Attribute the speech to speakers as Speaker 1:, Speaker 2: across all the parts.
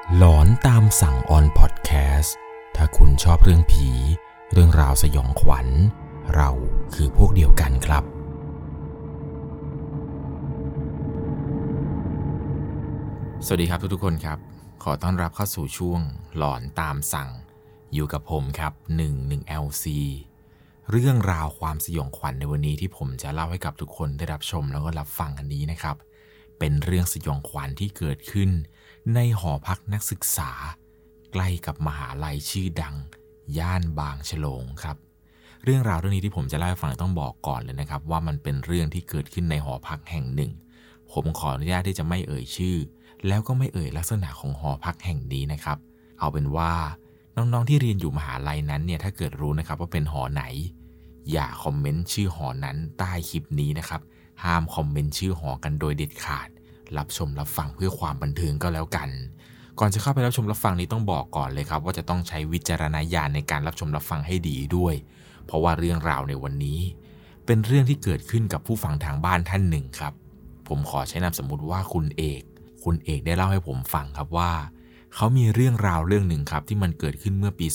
Speaker 1: หลอนตามสั่งออนพอดแคสต์ถ้าคุณชอบเรื่องผีเรื่องราวสยองขวัญเราคือพวกเดียวกันครับสวัสดีครับทุกๆคนครับขอต้อนรับเข้าสู่ช่วงหลอนตามสั่งอยู่กับผมครับ11LC เรื่องราวความสยองขวัญในวันนี้ที่ผมจะเล่าให้กับทุกคนได้รับชมแล้วก็รับฟังกันนี้นะครับเป็นเรื่องสยองขวัญที่เกิดขึ้นในหอพักนักศึกษาใกล้กับมหาลัยชื่อดังย่านบางฉลงครับเรื่องราวเรื่องนี้ที่ผมจะเล่าให้ฟังต้องบอกก่อนเลยนะครับว่ามันเป็นเรื่องที่เกิดขึ้นในหอพักแห่งหนึ่งผมขออนุญาตที่จะไม่เอ่ยชื่อแล้วก็ไม่เอ่ยลักษณะของหอพักแห่งนี้นะครับเอาเป็นว่าน้องๆที่เรียนอยู่มหาลัยนั้นเนี่ยถ้าเกิดรู้นะครับว่าเป็นหอไหนอย่าคอมเมนต์ชื่อหอนั้นใต้คลิปนี้นะครับห้ามคอมเมนต์ชื่อหอกันโดยเด็ดขาดรับชมรับฟังเพื่อความบันเทิงก็แล้วกันก่อนจะเข้าไปรับชมรับฟังนี้ต้องบอกก่อนเลยครับว่าจะต้องใช้วิจารณญาณในการรับชมรับฟังให้ดีด้วยเพราะว่าเรื่องราวในวันนี้เป็นเรื่องที่เกิดขึ้นกับผู้ฟังทางบ้านท่านหนึ่งครับผมขอใช้นามสมมุติว่าคุณเอกได้เล่าให้ผมฟังครับว่าเขามีเรื่องราวเรื่องหนึ่งครับที่มันเกิดขึ้นเมื่อปี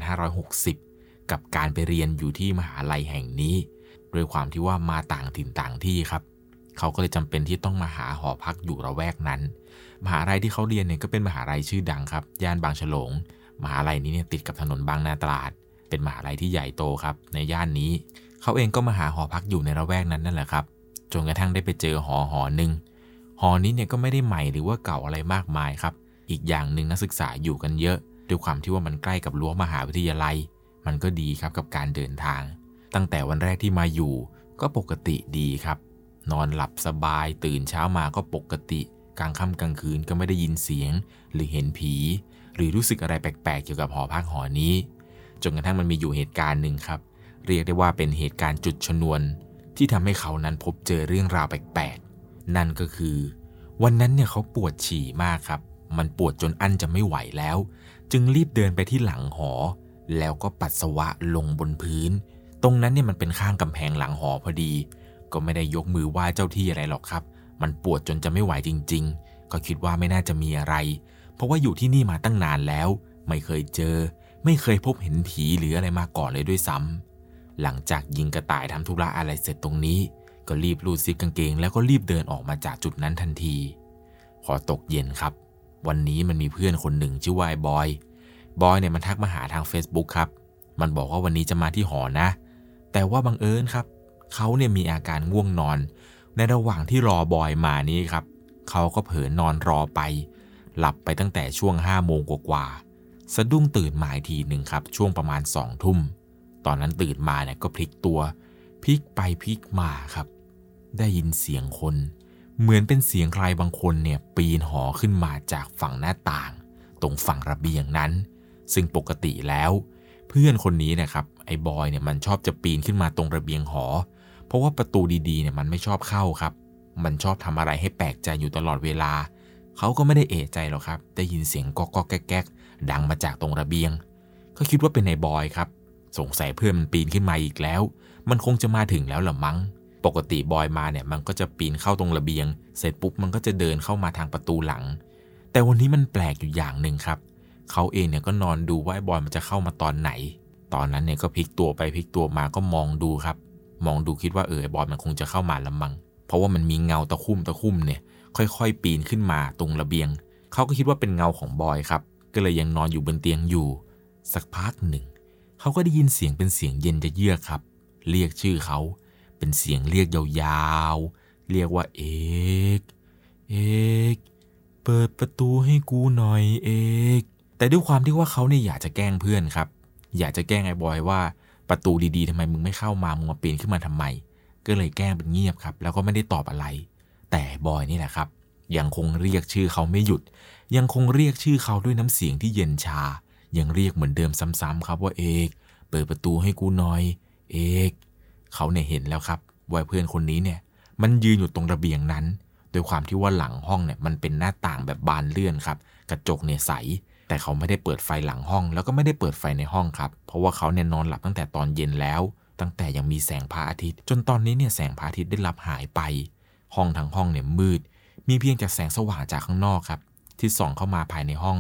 Speaker 1: 2560 กับการไปเรียนอยู่ที่มหาลัยแห่งนี้ด้วยความที่ว่ามาต่างถิ่นต่างที่ครับเขาก็เลยจำเป็นที่ต้องมาหาหอพักอยู่ระแวกนั้นมหาลัยที่เขาเรียนเนี่ยก็เป็นมหาลัยชื่อดังครับย่านบางฉลงมหาลัยนี้เนี่ยติดกับถนนบางนาตราดเป็นมหาลัยที่ใหญ่โตครับในย่านนี้เขาเองก็มาหาหอพักอยู่ในระแวกนั้นนั่นแหละครับจนกระทั่งได้ไปเจอหอหนึ่งหอนี้เนี่ยก็ไม่ได้ใหม่หรือว่าเก่าอะไรมากมายครับอีกอย่างหนึ่งนักศึกษาอยู่กันเยอะด้วยความที่ว่ามันใกล้กับรั้วมหาวิทยาลัยมันก็ดีครับกับการเดินทางตั้งแต่วันแรกที่มาอยู่ก็ปกติดีครับนอนหลับสบายตื่นเช้ามาก็ปกติกลางค่ำกลางคืนก็ไม่ได้ยินเสียงหรือเห็นผีหรือรู้สึกอะไรแปลกๆเกี่ยวกับหอพักหอนี้จนกระทั่งมันมีอยู่เหตุการณ์หนึ่งครับเรียกได้ว่าเป็นเหตุการณ์จุดชนวนที่ทำให้เขานั้นพบเจอเรื่องราวแปลกๆนั่นก็คือวันนั้นเนี่ยเขาปวดฉี่มากครับมันปวดจนอั้นจะไม่ไหวแล้วจึงรีบเดินไปที่หลังหอแล้วก็ปัสสาวะลงบนพื้นตรงนั้นเนี่ยมันเป็นข้างกำแพงหลังหอพอดีก็ไม่ได้ยกมือไหว้เจ้าที่อะไรหรอกครับมันปวดจนจะไม่ไหวจริงๆก็คิดว่าไม่น่าจะมีอะไรเพราะว่าอยู่ที่นี่มาตั้งนานแล้วไม่เคยเจอไม่เคยพบเห็นผีหรืออะไรมาก่อนเลยด้วยซ้ำหลังจากยิงกระต่ายทำธุระอะไรเสร็จตรงนี้ก็รีบรูดซิปกางเกงแล้วก็รีบเดินออกมาจากจุดนั้นทันทีพอตกเย็นครับวันนี้มันมีเพื่อนคนหนึ่งชื่อว่าไอ้บอยเนี่ยมันทักมาหาทาง Facebook ครับมันบอกว่าวันนี้จะมาที่หอนะแต่ว่าบังเอิญครับเขาเนี่ยมีอาการง่วงนอนในระหว่างที่รอบอยมานี้ครับเขาก็เผลอนอนรอไปหลับไปตั้งแต่ช่วง5 โมงกว่าสะดุ้งตื่นมาอีกทีหนึ่งครับช่วงประมาณ2 ทุ่มตอนนั้นตื่นมาเนี่ยก็พลิกตัวพลิกไปพลิกมาครับได้ยินเสียงคนเหมือนเป็นเสียงใครบางคนเนี่ยปีนหอขึ้นมาจากฝั่งหน้าต่างตรงฝั่งระเบียงนั้นซึ่งปกติแล้วเพื่อนคนนี้นะครับไอ้บอยเนี่ยมันชอบจะปีนขึ้นมาตรงระเบียงหอเพราะว่าประตูดีๆเนี่ยมันไม่ชอบเข้าครับมันชอบทำอะไรให้แปลกใจอยู่ตลอดเวลาเขาก็ไม่ได้เอะใจหรอกครับได้ยินเสียงก๊อกๆแก๊กๆดังมาจากตรงระเบียงก็คิดว่าเป็นไอ้บอยครับสงสัยเพื่อนมันปีนขึ้นมาอีกแล้วมันคงจะมาถึงแล้วล่ะมั้งปกติบอยมาเนี่ยมันก็จะปีนเข้าตรงระเบียงเสร็จปุ๊บมันก็จะเดินเข้ามาทางประตูหลังแต่วันนี้มันแปลกอยู่อย่างหนึ่งครับเขาเองเนี่ยก็นอนดูว่าไอ้บอยมันจะเข้ามาตอนไหนตอนนั้นเนี่ยก็พลิกตัวไปพลิกตัวมาก็มองดูครับมองดูคิดว่าไอ้บอยมันคงจะเข้ามาละมั้งเพราะว่ามันมีเงาตะคุ่มเนี่ยค่อยๆปีนขึ้นมาตรงระเบียงเขาก็คิดว่าเป็นเงาของบอยครับก็เลยยังนอนอยู่บนเตียงอยู่สักพักหนึ่งเขาก็ได้ยินเสียงเป็นเสียงเย็นจะเยือกครับเรียกชื่อเขาเป็นเสียงเรียกยาวๆเรียกว่าเอกเปิดประตูให้กูหน่อยเอกแต่ด้วยความที่ว่าเขาเนี่ยอยากจะแกล้งเพื่อนครับอยากจะแกล้งไอ้บอยว่าประตูดีๆทำไมมึงไม่เข้ามามึงมาปีนขึ้นมาทำไมก็เลยแกล้งเป็นเงียบครับแล้วก็ไม่ได้ตอบอะไรแต่บอยนี่แหละครับยังคงเรียกชื่อเขาไม่หยุดยังคงเรียกชื่อเขาด้วยน้ำเสียงที่เย็นชายังเรียกเหมือนเดิมซ้ำๆครับว่าเอกเปิดประตูให้กูหน่อยเอกเขาเนี่ยเห็นแล้วครับว่าเพื่อนคนนี้เนี่ยมันยืนอยู่ตรงระเบียงนั้นโดยความที่ว่าหลังห้องเนี่ยมันเป็นหน้าต่างแบบบานเลื่อนครับกระจกเนี่ยใสแต่เขาไม่ได้เปิดไฟหลังห้องแล้วก็ไม่ได้เปิดไฟในห้องครับเพราะว่าเขาเนี่ยนอนหลับตั้งแต่ตอนเย็นแล้วตั้งแต่ยังมีแสงพระอาทิตย์จนตอนนี้เนี่ยแสงพระอาทิตย์ได้ลับหายไปทั้งห้องเนี่ยมืดมีเพียงแต่แสงสว่างจากข้างนอกครับที่ส่องเข้ามาภายในห้อง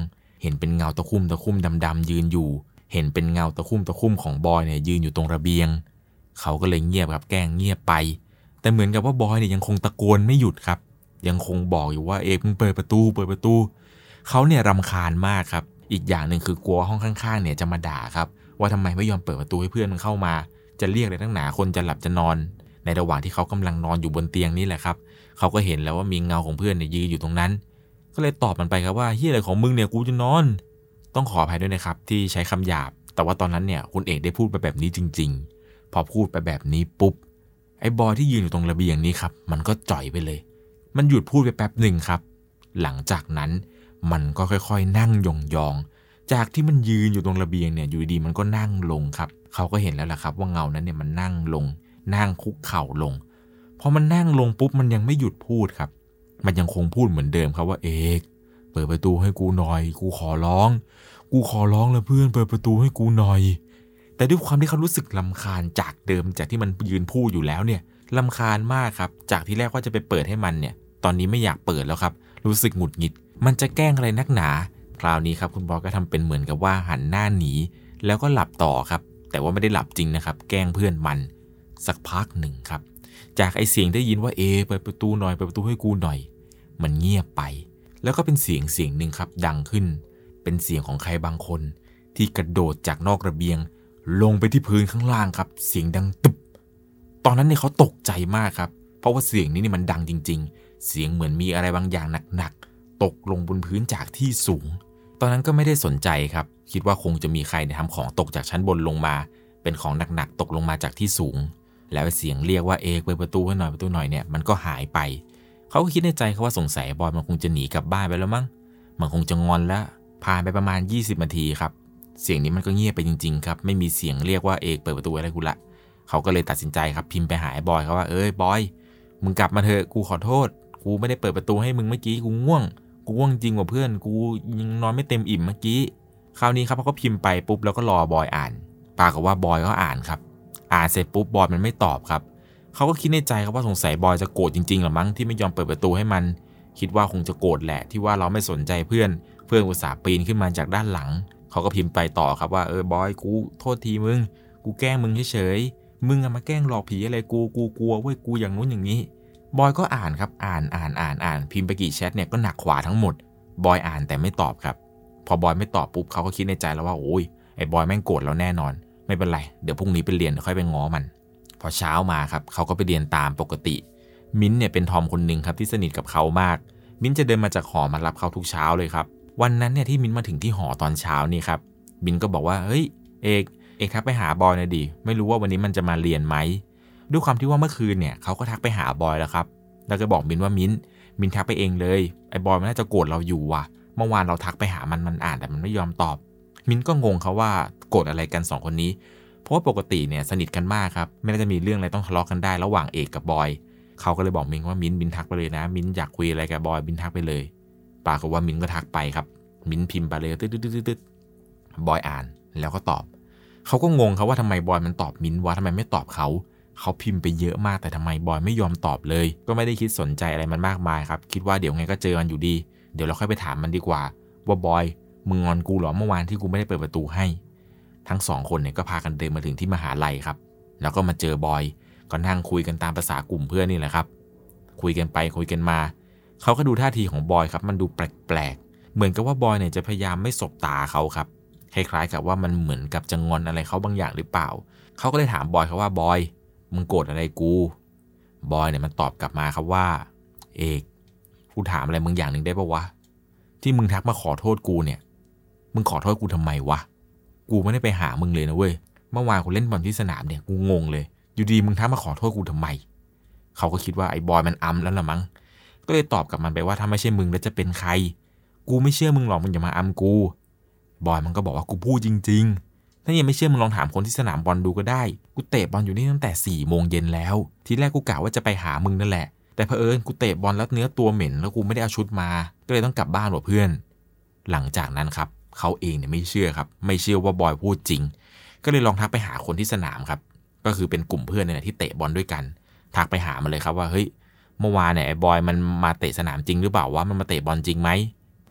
Speaker 1: ห็นเป็นเงาตะคุ่มดำๆยืนอยู่เห็นเป็นเงาตะคุ่มของบอยเนี่ยยืนอยู่ตรงระเบียงเขาก็เลยเงียบครับแกล้งเงียบไปแต่เหมือนกับว่าบอยเนี่ยยังคงตะโกนไม่หยุดครับยังคงบอกอยู่ว่าเอกมึงเปิดประตูเขาเนี่ยรำคาญมากครับอีกอย่างหนึ่งคือกลัวห้องข้างๆเนี่ยจะมาด่าครับว่าทำไมไม่ยอมเปิดประตูให้เพื่อนมันเข้ามาจะเรียกอะไรตั้งหนาคนจะหลับจะนอนในระหว่างที่เขากำลังนอนอยู่บนเตียงนี่แหละครับเขาก็เห็นแล้วว่ามีเงาของเพื่อนเนี่ยยืนอยู่ตรงนั้นก็เลยตอบมันไปครับว่าเฮียอะไรของมึงเนี่ยกูจะนอนต้องขออภัยด้วยนะครับที่ใช้คำหยาบแต่ว่าตอนนั้นเนี่ยคุณเอกได้พูดไปแบบนี้จริงๆพอพูดไปแบบนี้ปุ๊บไอ้บอยที่ยืนอยู่ตรงระเบียงนี้ครับมันก็จ่อยไปเลยมันหยุดพูดไปแป๊บหนึ่งครับหลังจากนั้นมันก็ค่อยๆนั่งยองๆจากที่มันยืนอยู่ตรงระเบียงเนี่ยอยู่ดีมันก็นั่งลงครับเขาก็เห็นแล้วล่ะครับว่าเงานั้นเนี่ยมันนั่งลงนั่งคุกเข่าลงพอมันนั่งลงปุ๊บมันยังไม่หยุดพูดครับมันยังคงพูดเหมือนเดิมครับว่าเอกเปิดประตูให้กูหน่อยกูขอร้องแล้วเพื่อนเปิดประตูให้กูหน่อยแต่ด้วยความที่เขารู้สึกรำคาญจากเดิมจากที่มันยืนพูดอยู่แล้วเนี่ยรำคาญมากครับจากที่แรกว่าจะไปเปิดให้มันเนี่ยตอนนี้ไม่อยากเปิดแล้วครับรู้สึกหงุดหงิดมันจะแกล้งอะไรนักหนาคราวนี้ครับคุณบอยก็ทำเป็นเหมือนกับว่าหันหน้าหนีแล้วก็หลับต่อครับแต่ว่าไม่ได้หลับจริงนะครับแกล้งเพื่อนมันสักพักหนึ่งครับจากไอเสียงได้ยินว่าเปิดประตูหน่อยเปิดประตูให้กูหน่อยมันเงียบไปแล้วก็เป็นเสียงหนึ่งครับดังขึ้นเป็นเสียงของใครบางคนที่กระโดดจากนอกระเบียงลงไปที่พื้นข้างล่างครับเสียงดังตึบตอนนั้นเนี่ยเขาตกใจมากครับเพราะว่าเสียงนี้นี่มันดังจริงๆเสียงเหมือนมีอะไรบางอย่างหนักๆตกลงบนพื้นจากที่สูงตอนนั้นก็ไม่ได้สนใจครับคิดว่าคงจะมีใครทำของตกจากชั้นบนลงมาเป็นของหนักๆตกลงมาจากที่สูงแล้วเสียงเรียกว่าเอกเปิดประตูให้หน่อยประตูหน่อยเนี่ยมันก็หายไปเขาก็คิดในใจเขาว่าสงสัยบอยมันคงจะหนีกลับบ้านไปแล้วมั้งมันคงจะงอนแล้วผ่านไปประมาณ20นาทีครับเสียงนี้มันก็เงียบไปจริงๆครับไม่มีเสียงเรียกว่าเอกเปิดประตูอะไรกูละเขาก็เลยตัดสินใจครับพิมพ์ไปหาบอยเขาว่าบอยมึงกลับมาเถอะกูขอโทษกูไม่ได้เปิดประตูให้มึงเมื่อกี้กูง่วงจริงว่ะเพื่อนกูยังนอนไม่เต็มอิ่มเมื่อกี้คราวนี้ครับเขาก็พิมพ์ไปปุ๊บแล้วก็รอบอยอ่านปรากฏว่าบอยก็อ่านครับอ่านเสร็จปุ๊บบอยมันไม่ตอบครับเขาก็คิดในใจครับว่าสงสัยบอยจะโกรธจริงๆหรือมั้งที่ไม่ยอมเปิดประตูให้มันคิดว่าคงจะโกรธแหละที่ว่าเราไม่สนใจเพื่อนอุตส่าห์ปีนขึ้นมาจากด้านหลังเขาก็พิมพ์ไปต่อครับว่าบอยกูโทษทีมึงกูแกล้งมึงเฉยๆมึงมาแกล้งหลอกผีอะไรกูกลัวเว้ยกูอย่างนู้นอย่างนี้บอยก็อ่านครับอ่านพิมพ์ไปกี่แชทเนี่ยก็หนักขวาทั้งหมดบอยอ่านแต่ไม่ตอบครับพอบอยไม่ตอบปุ๊บเขาก็คิดในใจแล้วว่าโอ้ยไอ้บอยแม่งโกรธเราแน่นอนไม่เป็นไรเดี๋ยวพรุ่งนี้ไปเรียนเดี๋ยวค่อยไปง้อมันพอเช้ามาครับเขาก็ไปเรียนตามปกติมิ้นเนี่ยเป็นทอมคนหนึ่งครับที่สนิทกับเขามากมิ้นจะเดินมาจากหอมารับเขาทุกเช้าเลยครับวันนั้นเนี่ยที่มิ้นมาถึงที่หอตอนเช้านี่ครับมิ้นก็บอกว่าเฮ้ยเอกทักไปหาบอยหน่อยดิไม่รู้ว่าวันนี้มันจะมาเรียนไหมด้วยความที่ว่าเมื่อคืนเนี่ยเขาก็ทักไปหาบอยแล้วครับแล้วก็บอกมิ้นว่ามิ้นทักไปเองเลยไอ้บอยมันน่าจะโกรธเราอยู่ว่ะเมื่อวานเราทักไปหามันอ่านแต่มันไม่ยอมตอบมิ้นก็งงเขาว่าโกรธอะไรกัน2คนนี้เพราะว่าปกติเนี่ยสนิทกันมากครับไม่น่าจะมีเรื่องอะไรต้องทะเลาะกันได้ระหว่างเอกกับบอยเขาก็เลยบอกมิ้นว่ามิ้นทักไปเลยนะมิ้นอยากคุยอะไรกับบอยมิ้นทักไปเลยปรากฏว่ามิ้นก็ทักไปครับมิ้นพิมพ์ไปเลยตึ๊ดบอยอ่านแล้วก็ตอบเขาก็งงครับว่าทำไมบอยมันตอบมิ้นวะทำไมไม่ตอบเขาพิมพ์ไปเยอะมากแต่ทำไมบอยไม่ยอมตอบเลยก็ไม่ได้คิดสนใจอะไรมันมากมายครับคิดว่าเดี๋ยวไงก็เจอมันอยู่ดีเดี๋ยวเราค่อยไปถามมันดีกว่าว่าบอยมึงงอนกูเหรอเมื่อวานที่กูไม่ได้เปิดประตูให้ทั้ง2คนเนี่ยก็พากันเดินมาถึงที่มหาลัยครับแล้วก็มาเจอบอยก็นั่งคุยกันตามภาษากลุ่มเพื่อนนี่แหละครับคุยกันไปคุยกันมาเขาก็ดูท่าทีของบอยครับมันดูแปลกเหมือนกับว่าบอยเนี่ยจะพยายามไม่สบตาเขาครับคล้ายๆกับว่ามันเหมือนกับจะงอนอะไรเขาบางอย่างหรือเปล่าเขาก็เลยถามบอยครับว่าบอยมึงโกรธอะไรกูบอยเนี่ยมันตอบกลับมาครับว่าเอกกูถามอะไรมึงอย่างหนึ่งได้ปะวะที่มึงทักมาขอโทษกูเนี่ยมึงขอโทษกูทำไมวะกูไม่ได้ไปหามึงเลยนะเว้ยเมื่อวานกูเล่นบอลที่สนามเนี่ยกูงงเลยอยู่ดีมึงทักมาขอโทษกูทำไมเขาก็คิดว่าไอ้บอยมันอำแล้วล่ะมั้งก็เลยตอบกลับมันไปว่าถ้าไม่ใช่มึงแล้วจะเป็นใครกูไม่เชื่อมึงหรอกมึงอย่ามาอำกูบอยมันก็บอกว่ากูพูดจริงๆถ้ายังไม่เชื่อมึงลองถามคนที่สนามบอลดูก็ได้กูเตะบอลอยู่นี่ตั้งแต่4 โมงเย็นแล้วทีแรกกูกะว่าจะไปหามึงนั่นแหละแต่เผอิญกูเตะบอลแล้วเนื้อตัวเหม็นแล้วกูไม่ได้เอาชุดมาก็เลยต้องกลับบ้านว่ะเพื่อนหลังจากนั้นครับเขาเองเนี่ยไม่เชื่อครับไม่เชื่อว่าบอยพูดจริงก็เลยลองทักไปหาคนที่สนามครับก็คือเป็นกลุ่มเพื่อนเนี่ยที่เตะบอลด้วยกันทักไปหามันเลยครับว่าเฮ้ยเมื่อวานเนี่ยไอ้บอยมันมาเตะสนามจริงหรือเปล่าวะมันมาเตะบอลจริงไหม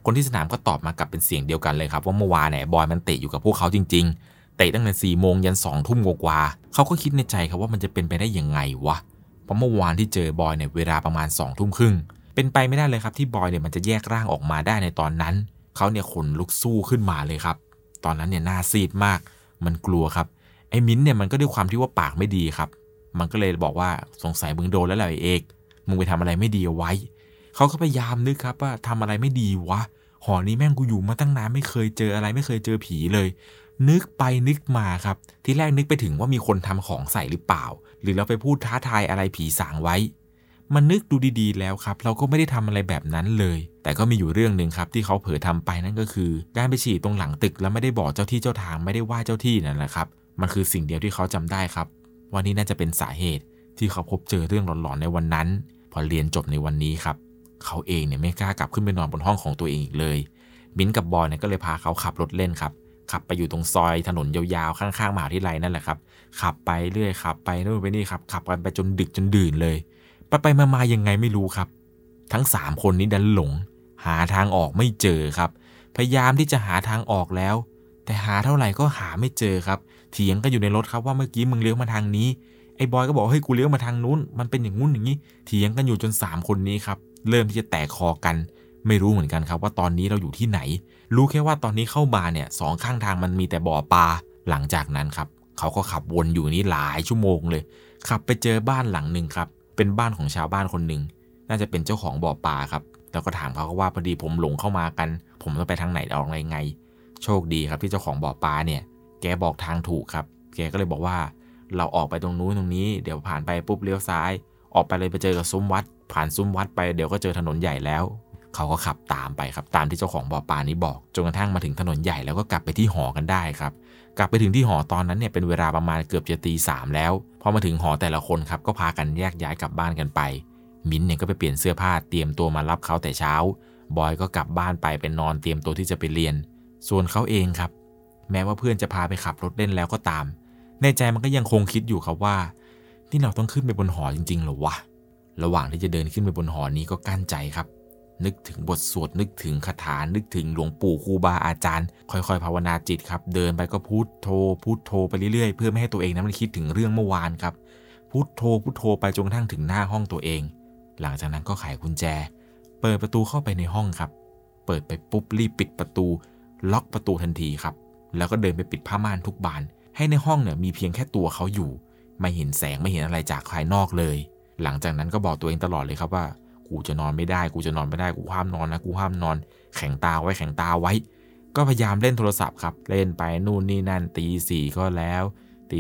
Speaker 1: คนที่สนามก็ตอบมากลับเป็นเสียงเดียวกันเลยครับว่าเมื่อวานเนี่ยบอยมันเตะอยู่กับพวกเขาจริงๆเตะตั้งแต่4 โมงยัน2 ทุ่มกว่าเขาก็คิดในใจครับว่ามันจะเป็นไปได้ยังไงวะเพราะเมื่อวานที่เจอบอยเนี่ยเวลาประมาณ2 ทุ่มครึ่งเป็นไปไม่ได้เลยครับที่บอยเนี่ยมันจะแยกร่างออกมาได้ในตอนนั้นเขาเนี่ยขนลุกสู้ขึ้นมาเลยครับตอนนั้นเนี่ยหน้าซีดมากมันกลัวครับไอ้มิ้นเนี่ยมันก็ด้วยความที่ว่าปากไม่ดีครับมันก็เลยบอกว่าสงสัยมึงโดนแล้วแหละเอกมึงไปทำอะไรไม่ดีเอาไว้เขาก็พยายามนึกครับว่าทำอะไรไม่ดีวะหอนี้แม่งกูอยู่มาตั้งนานไม่เคยเจออะไรไม่เคยเจอผีเลยนึกไปนึกมาครับที่แรกนึกไปถึงว่ามีคนทำของใส่หรือเปล่าหรือเราไปพูดท้าทายอะไรผีสางไว้มันนึกดูดีๆแล้วครับเราก็ไม่ได้ทำอะไรแบบนั้นเลยแต่ก็มีอยู่เรื่องนึงครับที่เขาเผลอทำไปนั่นก็คือการไปฉี่ตรงหลังตึกแล้วไม่ได้บอกเจ้าที่เจ้าทางไม่ได้ไหว้เจ้าที่นั่นแหละครับมันคือสิ่งเดียวที่เขาจำได้ครับว่านี่น่าจะเป็นสาเหตุที่เขาพบเจอเรื่องหลอนๆในวันนั้นพอเรียนจบในวันนี้ครับเขาเองเนี่ยไม่กล้ากลับขึ้นไปนอนบนห้องของตัวเองอีกเลยมิ้นกับบอยเนี่ยก็เลยพาเขาขับรถเล่นครับขับไปอยู่ตรงซอยถนนยาวๆข้างๆมหาวิทยาลัยนั่นแหละครับขับไปเรื่อยขับไปนู่นไปนี่ครับขับกันไปจนดึกจนดื่นเลยไปมายังไงไม่รู้ครับทั้ง3 คนนี้ดันหลงหาทางออกไม่เจอครับพยายามที่จะหาทางออกแล้วแต่หาเท่าไหร่ก็หาไม่เจอครับเถียงกันอยู่ในรถครับว่าเมื่อกี้มึงเลี้ยวมาทางนี้ไอ้บอยก็บอกเฮ้ยกูเลี้ยวมาทางนู้นมันเป็นอย่างงู้นอย่างนี้เถียงกันอยู่จน3 คนนี้ครับเริ่มที่จะแตกคอกันไม่รู้เหมือนกันครับว่าตอนนี้เราอยู่ที่ไหนรู้แค่ว่าตอนนี้เข้ามาเนี่ย2 ข้างทางมันมีแต่บ่อปลาหลังจากนั้นครับเขาก็ขับวนอยู่นี้หลายชั่วโมงเลยขับไปเจอบ้านหลังนึงครับเป็นบ้านของชาวบ้านคนหนึ่งน่าจะเป็นเจ้าของบ่อปลาครับแล้วก็ถามเขาว่าพอดีผมหลงเข้ามากันผมต้องไปทางไหนออกไงโชคดีครับที่เจ้าของบ่อปลาเนี่ยแกบอกทางถูกครับแกก็เลยบอกว่าเราออกไปตรงนู้นตรงนี้เดี๋ยวผ่านไปปุ๊บเลี้ยวซ้ายออกไปเลยไปเจอกับซุ้มวัดผ่านซุ้มวัดไปเดี๋ยวก็เจอถนนใหญ่แล้วเขาก็ขับตามไปครับตามที่เจ้าของบ่อปลานี้บอกจนกระทั่งมาถึงถนนใหญ่แล้วก็กลับไปที่หอกันได้ครับกลับไปถึงที่หอตอนนั้นเนี่ยเป็นเวลาประมาณเกือบจะตี 3แล้วพอมาถึงหอแต่ละคนครับก็พากันแยกย้ายกลับบ้านกันไปมิ้นเนี่ยก็ไปเปลี่ยนเสื้อผ้าเตรียมตัวมารับเขาแต่เช้าบอยก็กลับบ้านไปเป็นนอนเตรียมตัวที่จะไปเรียนส่วนเขาเองครับแม้ว่าเพื่อนจะพาไปขับรถเล่นแล้วก็ตามในใจมันก็ยังคงคิดอยู่ครับว่านี่เราต้องขึ้นไปบนหอจริงๆเหรอวะระหว่างที่จะเดินขึ้นไปบนหอนี้ก็กั้นใจครับนึกถึงบทสวดนึกถึงคาถานึกถึงหลวงปู่ครูบาอาจารย์ค่อยๆภาวนาจิตครับเดินไปก็พุทโธพุทโธไปเรื่อยๆเพื่อไม่ให้ตัวเองนั้นมันคิดถึงเรื่องเมื่อวานครับพุทโธพุทโธไปจนกระทั่งถึงหน้าห้องตัวเองหลังจากนั้นก็ไขกุญแจเปิดประตูเข้าไปในห้องครับเปิดไปปุ๊บรีบปิดประตูล็อกประตูทันทีครับแล้วก็เดินไปปิดผ้าม่านทุกบานให้ในห้องเนี่ยมีเพียงแค่ตัวเขาอยู่ไม่เห็นแสงไม่เห็นอะไรจากภายนอกเลยหลังจากนั้นก็บอกตัวเองตลอดเลยครับว่ากูจะนอนไม่ได้กูจะนอนไม่ได้กูห้ามนอนนะกูห้ามนอนแข็งตาไว้แข็งตาไว้ก็พยายามเล่นโทรศัพท์ครับเล่นไปนู่นนี่นั่นตี 4ก็แล้วตี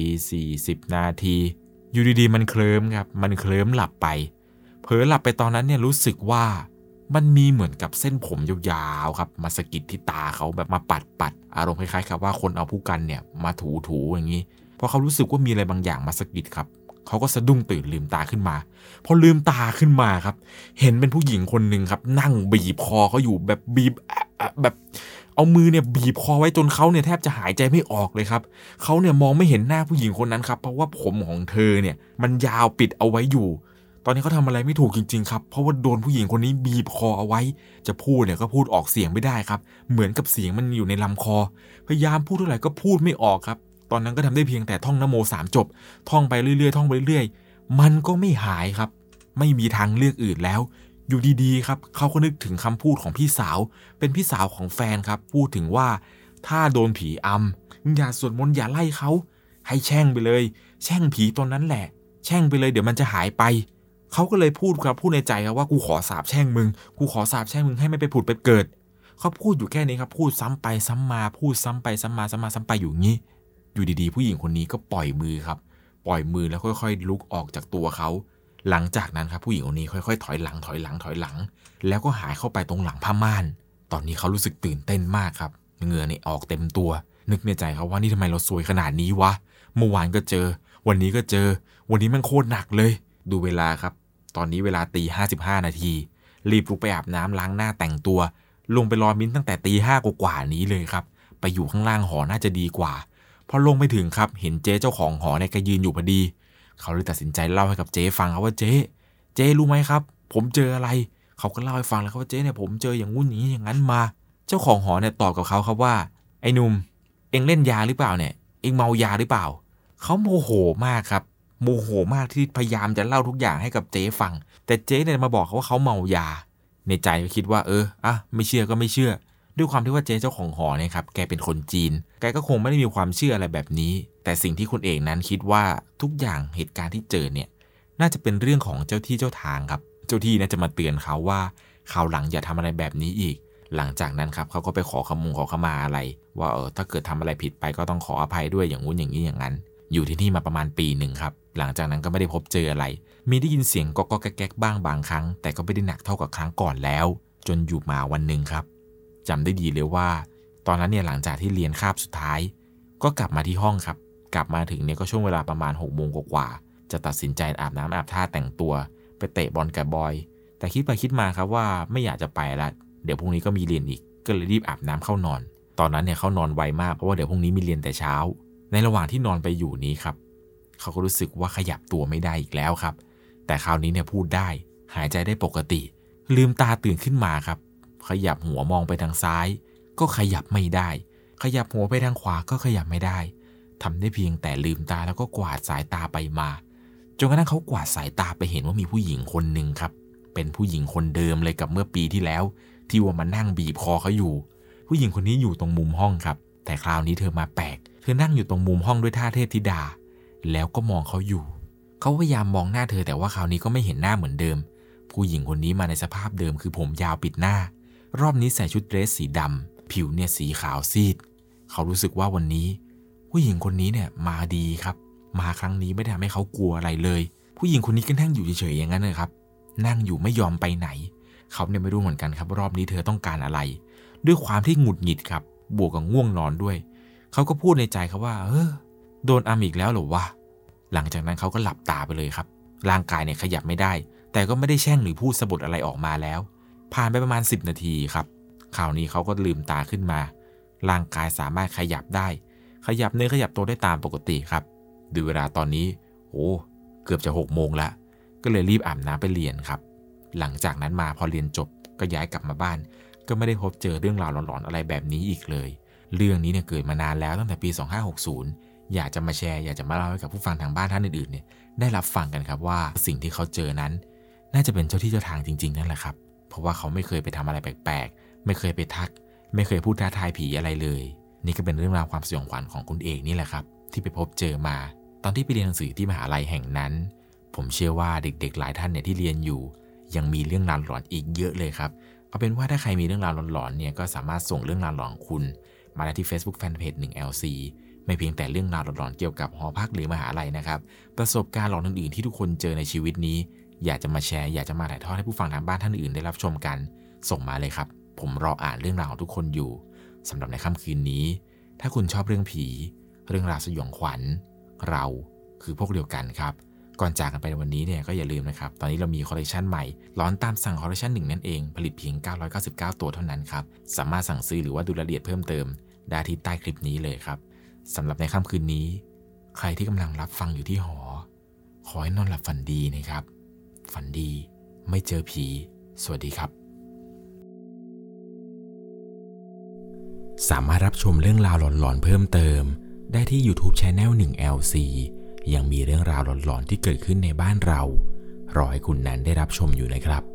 Speaker 1: 40 นาทีอยู่ดีๆมันเคลิ้มครับมันเคลิ้มหลับไปเผลอหลับไปตอนนั้นเนี่ยรู้สึกว่ามันมีเหมือนกับเส้นผมยาวๆครับมาสะกิดที่ตาเขาแบบมาปัดอารมณ์คล้ายๆกับว่าคนเอาผู้กันเนี่ยมาถูอย่างนี้เพราะเขารู้สึกว่ามีอะไรบางอย่างมาสะกิดครับเขาก็สะดุ้งตื่นลืมตาขึ้นมาพอลืมตาขึ้นมาครับเห็นเป็นผู้หญิงคนหนึ่งครับนั่งบีบคอเขาอยู่แบบบีบแบบเอามือเนี่ยบีบคอไว้จนเขาเนี่ยแทบจะหายใจไม่ออกเลยครับเขาเนี่ยมองไม่เห็นหน้าผู้หญิงคนนั้นครับเพราะว่าผมของเธอเนี่ยมันยาวปิดเอาไว้อยู่ตอนนี้เขาทำอะไรไม่ถูกจริงๆครับเพราะว่าโดนผู้หญิงคนนี้บีบคอเอาไว้จะพูดเนี่ยก็พูดออกเสียงไม่ได้ครับเหมือนกับเสียงมันอยู่ในลำคอพยายามพูดเท่าไหร่ก็พูดไม่ออกครับตอนนั้นก็ทำได้เพียงแต่ท่องนะโม3 จบท่องไปเรื่อยๆท่องไปเรื่อยๆมันก็ไม่หายครับไม่มีทางเลือกอื่นแล้วอยู่ดีๆครับเขาก็นึกถึงคำพูดของพี่สาวเป็นพี่สาวของแฟนครับพูดถึงว่าถ้าโดนผีอำมึงอย่าสวดมนต์อย่าไล่เขาให้แช่งไปเลยแช่งผีตนนั้นแหละแช่งไปเลยเดี๋ยวมันจะหายไปเขาก็เลยพูดครับพูดในใจครับว่ากูขอสาปแช่งมึงกูขอสาปแช่งมึงให้ไม่ไปผุดไปเกิดเขาพูดอยู่แค่นี้ครับพูดซ้ำไปซ้ำมาพูดซ้ำไปซ้ำมาซ้ำไปอยู่งี้อยู่ดีๆผู้หญิงคนนี้ก็ปล่อยมือครับปล่อยมือแล้วค่อยๆลุกออกจากตัวเขาหลังจากนั้นครับผู้หญิงคนนี้ค่อยๆถอยหลังแล้วก็หายเข้าไปตรงหลังผ้าม่านตอนนี้เขารู้สึกตื่นเต้นมากครับเหงื่อนี่ออกเต็มตัวนึกในใจครับว่านี่ทำไมเราซวยขนาดนี้วะเมื่อวานก็เจอวันนี้ก็เจอวันนี้มันโคตรหนักเลยดูเวลาครับตอนนี้เวลาตี 55 นาทีรีบลุกไปอาบน้ำล้างหน้าแต่งตัวลงไปรอมิ้นตั้งแต่ตี 5 กว่านี้เลยครับไปอยู่ข้างล่างหอน่าจะดีกว่าพอลงไปถึงครับเห็นเจ๊เจ้าของหอเนี่ยแกยืนอยู่พอดีเขาเลยตัดสินใจเล่าให้กับเจ๊ฟังครับว่าเจ๊รู้ไหมครับผมเจออะไรเขาก็เล่าให้ฟังแล้วครับว่าเจ๊เนี่ยผมเจออย่างงุ่นอย่างนี้อย่างนั้นมาเจ้าของหอเนี่ยตอบกับเขาครับว่าไอ้หนุ่มเอ็งเล่นยาหรือเปล่าเนี่ยเอ็งเมายาหรือเปล่าเขาโมโหมากครับโมโหมากที่พยายามจะเล่าทุกอย่างให้กับเจ๊ฟังแต่เจ๊เนี่ยมาบอกเขาว่าเขาเมายาในใจก็คิดว่าไม่เชื่อก็ไม่เชื่อด้วยความที่ว่าเจ๊เจ้าของหอเนี่ยครับแกเป็นคนจีนแกก็คงไม่ได้มีความเชื่ออะไรแบบนี้แต่สิ่งที่คุณเอกนั้นคิดว่าทุกอย่างเหตุการณ์ที่เจอเนี่ยน่าจะเป็นเรื่องของเจ้าที่เจ้าทางครับเจ้าที่น่าจะมาเตือนเขาว่าคราวหลังอย่าทำอะไรแบบนี้อีกหลังจากนั้นครับเขาก็ไปขอขมาอะไรว่าถ้าเกิดทำอะไรผิดไปก็ต้องขออภัยด้วยอย่างงู้นอย่างนี้อย่างนั้นอยู่ที่นี่มาประมาณปีหนึ่งครับหลังจากนั้นก็ไม่ได้พบเจออะไรมีได้ยินเสียงก๊อกแก๊กบ้างบางครั้งแต่ก็ไม่ได้หนักเท่ากับครั้งก่อนแล้วจนอยู่มาวันหนึ่งครับจำได้ดีเลยว่าตอนนั้นเนี่ยหลังจากที่เรียนคาบสุดท้ายก็กลับมาที่ห้องครับกลับมาถึงเนี่ยก็ช่วงเวลาประมาณ6 โมงกว่าจะตัดสินใจอาบน้ำอาบท่าแต่งตัวไปเตะบอลกับบอยแต่คิดไปคิดมาครับว่าไม่อยากจะไปละเดี๋ยวพรุ่งนี้ก็มีเรียนอีกก็เลยรีบอาบน้ำเข้านอนตอนนั้นเนี่ยเขานอนไวมากเพราะว่าเดี๋ยวพรุ่งนี้มีเรียนแต่เช้าในระหว่างที่นอนไปอยู่นี้ครับเขาก็รู้สึกว่าขยับตัวไม่ได้อีกแล้วครับแต่คราวนี้เนี่ยพูดได้หายใจได้ปกติลืมตาตื่นขึ้นมาครับขยับหัวมองไปทางซ้ายก็ขยับไม่ได้ขยับหัวไปทางขวาก็ขยับไม่ได้ทำได้เพียงแต่ลืมตาแล้วก็กวาดสายตาไปมาจนกระทั่งเขากวาดสายตาไปเห็นว่ามีผู้หญิงคนหนึ่งครับเป็นผู้หญิงคนเดิมเลยกับเมื่อปีที่แล้วที่ว่ามานั่งบีบคอเขาอยู่ผู้หญิงคนนี้อยู่ตรงมุมห้องครับแต่คราวนี้เธอมาแปลกเธอนั่งอยู่ตรงมุมห้องด้วยท่าเทพธิดาแล้วก็มองเขาอยู่เขาพยายามมองหน้าเธอแต่ว่าคราวนี้ก็ไม่เห็นหน้าเหมือนเดิมผู้หญิงคนนี้มาในสภาพเดิมคือผมยาวปิดหน้ารอบนี้ใส่ชุดเดรสสีดำผิวเนี่ยสีขาวซีดเขารู้สึกว่าวันนี้ผู้หญิงคนนี้เนี่ยมาดีครับมาครั้งนี้ไม่ได้ทำให้เขากลัวอะไรเลยผู้หญิงคนนี้ก็นั่งอยู่เฉยๆอย่างนั้นเลยครับนั่งอยู่ไม่ยอมไปไหนเขาเนี่ยไม่รู้เหมือนกันครับรอบนี้เธอต้องการอะไรด้วยความที่หงุดหงิดครับบวกกับง่วงนอนด้วยเขาก็พูดในใจครับว่าโดนอีกแล้วเหรอวะหลังจากนั้นเขาก็หลับตาไปเลยครับร่างกายเนี่ยขยับไม่ได้แต่ก็ไม่ได้แช่งหรือพูดสะบัดอะไรออกมาแล้วผ่านไปประมาณ10 นาทีครับคราวนี้เขาก็ลืมตาขึ้นมาร่างกายสามารถขยับได้ขยับเนื้อขยับตัวได้ตามปกติครับดูเวลาตอนนี้เกือบจะ6 โมงแล้วก็เลยรีบอาบน้ำไปเรียนครับหลังจากนั้นมาพอเรียนจบก็ย้ายกลับมาบ้านก็ไม่ได้พบเจอเรื่องราวหลอนๆอะไรแบบนี้อีกเลยเรื่องนี้เนี่ยเกิดมานานแล้วตั้งแต่ปี2560อยากจะมาแชร์อยากจะมาเล่าให้กับผู้ฟังทางบ้านท่านอื่นๆเนี่ยได้รับฟังกันครับว่าสิ่งที่เขาเจอนั้นน่าจะเป็นเจ้าที่เจ้าทางจริงๆนั่นแหละครับเพราะว่าเขาไม่เคยไปทำอะไรแปลกๆไม่เคยไปทักไม่เคยพูดท้าทายผีอะไรเลยนี่ก็เป็นเรื่องราวความสยองขวัญของคุณเอกนี่แหละครับที่ไปพบเจอมาตอนที่ไปเรียนหนังสือที่มหาลัยแห่งนั้นผมเชื่อว่าเด็กๆหลายท่านเนี่ยที่เรียนอยู่ยังมีเรื่องราวหลอนอีกเยอะเลยครับเอาเป็นว่าถ้าใครมีเรื่องราวหลอนๆเนี่ยก็สามารถส่งเรื่องราวหลอนของคุณมาได้ที่ Facebook Fanpage 1LC ไม่เพียงแต่เรื่องราวหลอนๆเกี่ยวกับหอพักหรือมหาลัยนะครับประสบการณ์หลอนอื่นๆที่ทุกคนเจอในชีวิตนี้อยากจะมาแชร์อยากจะมาถ่ายทอดให้ผู้ฟังทางบ้านท่านอื่นได้รับชมกันส่งมาเลยครับผมรออ่านเรื่องราวของทุกคนอยู่สำหรับในค่ำคืนนี้ถ้าคุณชอบเรื่องผีเรื่องราวสยองขวัญเราคือพวกเดียวกันครับก่อนจากกันไปในวันนี้เนี่ยก็อย่าลืมนะครับตอนนี้เรามีคอลเลคชันใหม่ร้อนตามสั่งคอลเลคชัน1นั่นเองผลิตเพียง999ตัวเท่านั้นครับสามารถสั่งซื้อหรือว่าดูรายละเอียดเพิ่มเติมได้ที่ใต้คลิปนี้เลยครับสำหรับในค่ำคืนนี้ใครที่กำลังรับฟังอยู่ที่หอขอให้นอนหลับฝันดีนะครับฝันดีไม่เจอผีสวัสดีครับสามารถรับชมเรื่องราวหลอนๆเพิ่มเติมได้ที่ YouTube Channel 1LC ยังมีเรื่องราวหลอนๆที่เกิดขึ้นในบ้านเรารอให้คุณนั้นได้รับชมอยู่นะครับ